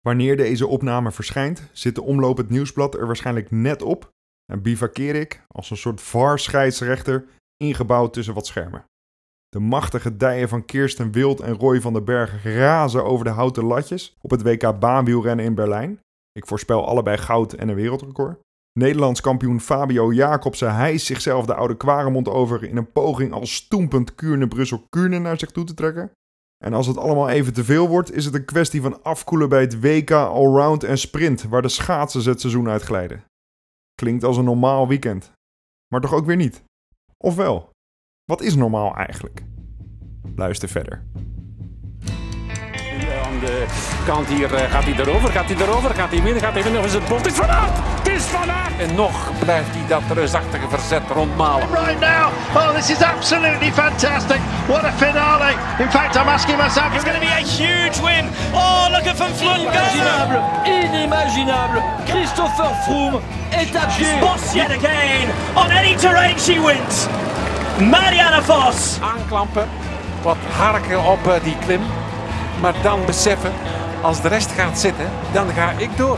Wanneer deze opname verschijnt, zit de Omloop het Nieuwsblad er waarschijnlijk net op en bivakkeer ik als een soort VAR-scheidsrechter ingebouwd tussen wat schermen. De machtige dijen van Kirsten Wild en Roy van den Berg razen over de houten latjes op het WK baanwielrennen in Berlijn. Ik voorspel allebei goud en een wereldrecord. Nederlands kampioen Fabio Jacobsen hijst zichzelf de oude Kwaremond over in een poging als stoempend Kuurne-Brussel-Kuurne naar zich toe te trekken. En als het allemaal even te veel wordt, is het een kwestie van afkoelen bij het WK Allround en Sprint, waar de schaatsers het seizoen uitglijden. Klinkt als een normaal weekend. Maar toch ook weer niet. Of wel? Wat is normaal eigenlijk? Luister verder. Aan de kant hier gaat hij erover, gaat hij winnen, of is het Bolt? Het is Van Aert! Het is Van Aert! En nog blijft hij dat reusachtige verzet rondmalen. Right now, oh this is absolutely fantastic. What a finale. In fact, I'm asking myself... It's going to be a huge win. Oh, look at Van Vleuten. Inimaginable. Christopher Froome est à pied. Vos yet again. On any terrain she wins. Marianne Vos. Aanklampen, wat harken op die klim. Maar dan beseffen, als de rest gaat zitten, dan ga ik door.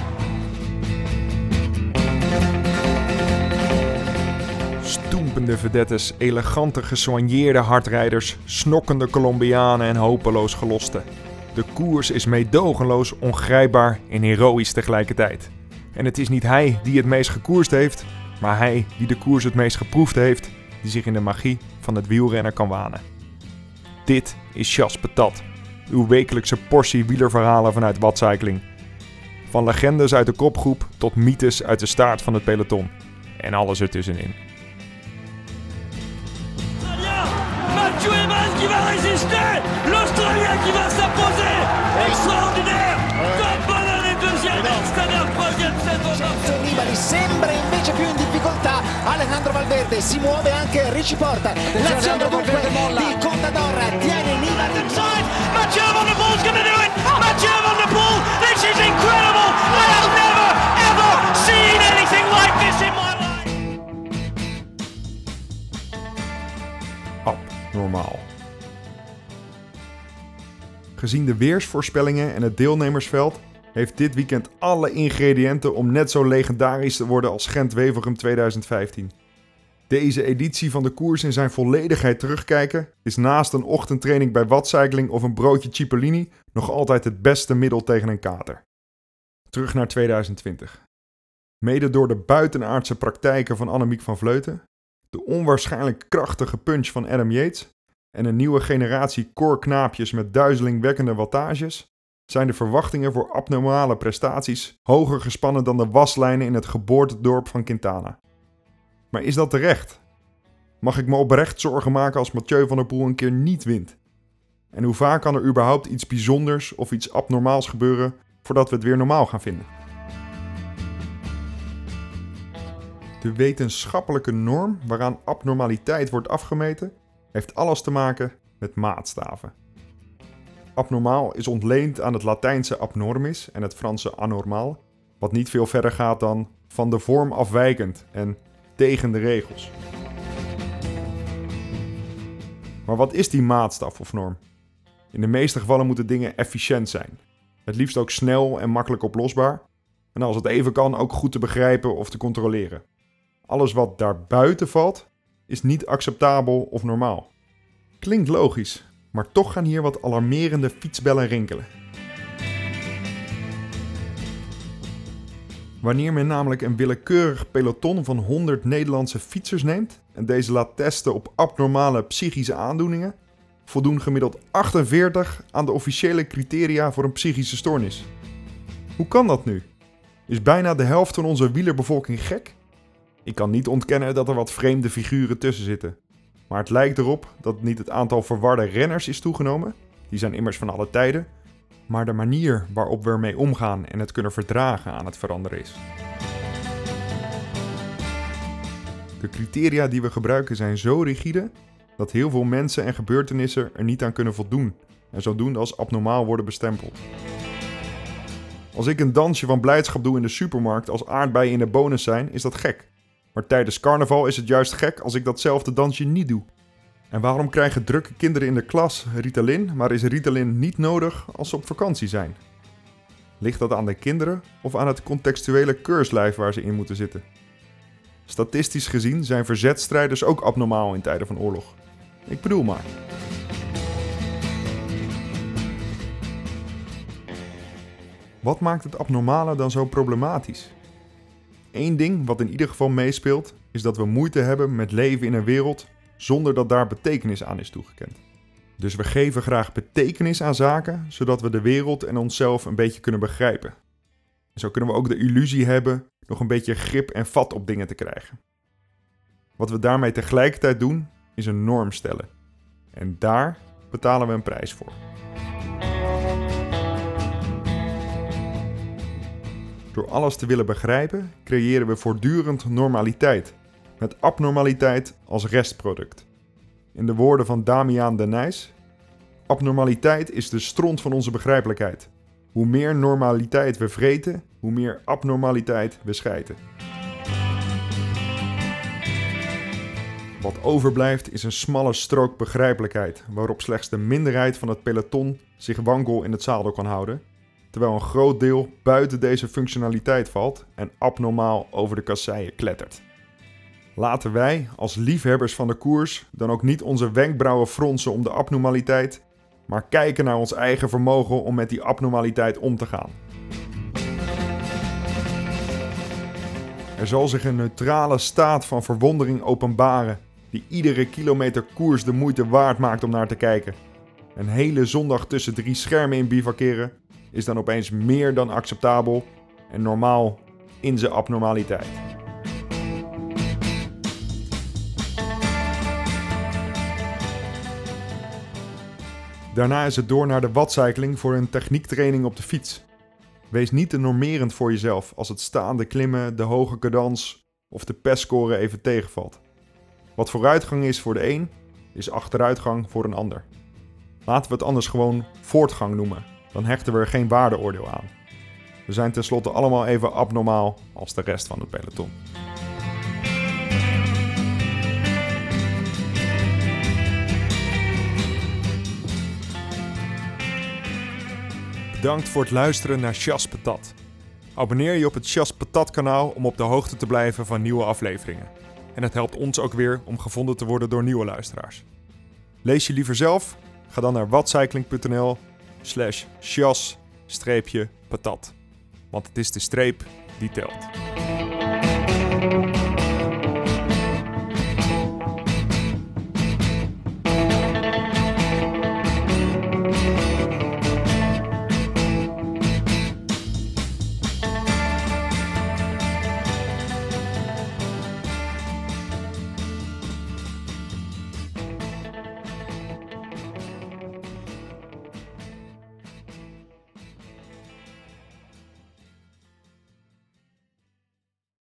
Stoempende vedettes, elegante gesoigneerde hardrijders, snokkende Colombianen en hopeloos gelosten. De koers is meedogenloos, ongrijpbaar en heroïsch tegelijkertijd. En het is niet hij die het meest gekoerst heeft, maar hij die de koers het meest geproefd heeft, die zich in de magie van het wielrennen kan wanen. Dit is Chas Patat, uw wekelijkse portie wielerverhalen vanuit Wattcycling. Van legendes uit de kopgroep tot mythes uit de staart van het peloton. En alles ertussenin. Mathieu Evans qui va résister. L'Australien qui va s'imposer. Extraordinaire. Tom Bonnell est deuxième. Stannard troisième. Nibali sembra invece più in difficoltà. Alejandro Valverde si muove anche Richie Porta. L'azione dunque di Contador tiene Nibali. Mathieu Van der Poel's going to do it. Mathieu Van der Poel. This is incredible. I have never ever seen anything like this in my life. Abnormaal. Gezien de weersvoorspellingen en het deelnemersveld heeft dit weekend alle ingrediënten om net zo legendarisch te worden als Gent-Wevelgem 2015. Deze editie van de koers in zijn volledigheid terugkijken is naast een ochtendtraining bij Wattcycling of een broodje Cipollini nog altijd het beste middel tegen een kater. Terug naar 2020. Mede door de buitenaardse praktijken van Annemiek van Vleuten, de onwaarschijnlijk krachtige punch van Adam Yates en een nieuwe generatie koorknaapjes met duizelingwekkende wattages, zijn de verwachtingen voor abnormale prestaties hoger gespannen dan de waslijnen in het geboortedorp van Quintana. Maar is dat terecht? Mag ik me oprecht zorgen maken als Mathieu van der Poel een keer niet wint? En hoe vaak kan er überhaupt iets bijzonders of iets abnormaals gebeuren voordat we het weer normaal gaan vinden? De wetenschappelijke norm waaraan abnormaliteit wordt afgemeten, heeft alles te maken met maatstaven. Abnormaal is ontleend aan het Latijnse abnormis en het Franse anormaal, wat niet veel verder gaat dan van de vorm afwijkend en tegen de regels. Maar wat is die maatstaf of norm? In de meeste gevallen moeten dingen efficiënt zijn. Het liefst ook snel en makkelijk oplosbaar. En als het even kan ook goed te begrijpen of te controleren. Alles wat daarbuiten valt, is niet acceptabel of normaal. Klinkt logisch, maar toch gaan hier wat alarmerende fietsbellen rinkelen. Wanneer men namelijk een willekeurig peloton van 100 Nederlandse fietsers neemt en deze laat testen op abnormale psychische aandoeningen, voldoen gemiddeld 48 aan de officiële criteria voor een psychische stoornis. Hoe kan dat nu? Is bijna de helft van onze wielerbevolking gek? Ik kan niet ontkennen dat er wat vreemde figuren tussen zitten. Maar het lijkt erop dat niet het aantal verwarde renners is toegenomen, die zijn immers van alle tijden, maar de manier waarop we ermee omgaan en het kunnen verdragen aan het veranderen is. De criteria die we gebruiken zijn zo rigide dat heel veel mensen en gebeurtenissen er niet aan kunnen voldoen en zodoende als abnormaal worden bestempeld. Als ik een dansje van blijdschap doe in de supermarkt als aardbeien in de bonus zijn, is dat gek. Maar tijdens carnaval is het juist gek als ik datzelfde dansje niet doe. En waarom krijgen drukke kinderen in de klas Ritalin, maar is Ritalin niet nodig als ze op vakantie zijn? Ligt dat aan de kinderen of aan het contextuele keurslijf waar ze in moeten zitten? Statistisch gezien zijn verzetstrijders ook abnormaal in tijden van oorlog. Ik bedoel maar. Wat maakt het abnormale dan zo problematisch? Eén ding wat in ieder geval meespeelt, is dat we moeite hebben met leven in een wereld zonder dat daar betekenis aan is toegekend. Dus we geven graag betekenis aan zaken, zodat we de wereld en onszelf een beetje kunnen begrijpen. En zo kunnen we ook de illusie hebben nog een beetje grip en vat op dingen te krijgen. Wat we daarmee tegelijkertijd doen, is een norm stellen. En daar betalen we een prijs voor. Door alles te willen begrijpen, creëren we voortdurend normaliteit, met abnormaliteit als restproduct. In de woorden van Damian de Nijs: abnormaliteit is de stront van onze begrijpelijkheid. Hoe meer normaliteit we vreten, hoe meer abnormaliteit we schijten. Wat overblijft is een smalle strook begrijpelijkheid, waarop slechts de minderheid van het peloton zich wankel in het zadel kan houden, terwijl een groot deel buiten deze functionaliteit valt en abnormaal over de kasseien klettert. Laten wij, als liefhebbers van de koers, dan ook niet onze wenkbrauwen fronsen om de abnormaliteit, maar kijken naar ons eigen vermogen om met die abnormaliteit om te gaan. Er zal zich een neutrale staat van verwondering openbaren, die iedere kilometer koers de moeite waard maakt om naar te kijken. Een hele zondag tussen 3 schermen in bivakeren is dan opeens meer dan acceptabel en normaal in zijn abnormaliteit. Daarna is het door naar de wattcycling voor een techniektraining op de fiets. Wees niet te normerend voor jezelf als het staande klimmen, de hoge cadans of de pestscore even tegenvalt. Wat vooruitgang is voor de een, is achteruitgang voor een ander. Laten we het anders gewoon voortgang noemen, dan hechten we er geen waardeoordeel aan. We zijn tenslotte allemaal even abnormaal als de rest van het peloton. Bedankt voor het luisteren naar Chas Patat. Abonneer je op het Chas Patat kanaal om op de hoogte te blijven van nieuwe afleveringen. En het helpt ons ook weer om gevonden te worden door nieuwe luisteraars. Lees je liever zelf? Ga dan naar watcycling.nl/chas-patat. Want het is de streep die telt.